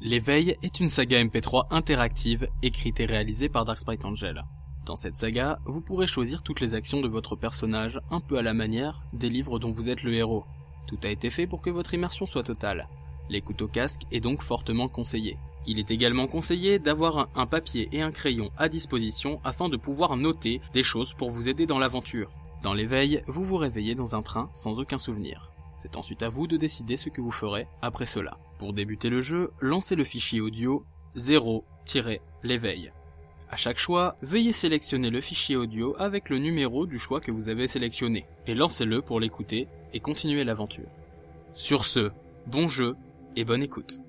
L'éveil est une saga MP3 interactive écrite et réalisée par Dark Sprite Angel. Dans cette saga, vous pourrez choisir toutes les actions de votre personnage un peu à la manière des livres dont vous êtes le héros. Tout a été fait pour que votre immersion soit totale. L'écoute au casque est donc fortement conseillée. Il est également conseillé d'avoir un papier et un crayon à disposition afin de pouvoir noter des choses pour vous aider dans l'aventure. Dans l'éveil, vous vous réveillez dans un train sans aucun souvenir. C'est ensuite à vous de décider ce que vous ferez après cela. Pour débuter le jeu, lancez le fichier audio 0-l'éveil. À chaque choix, veuillez sélectionner le fichier audio avec le numéro du choix que vous avez sélectionné, et lancez-le pour l'écouter et continuer l'aventure. Sur ce, bon jeu et bonne écoute.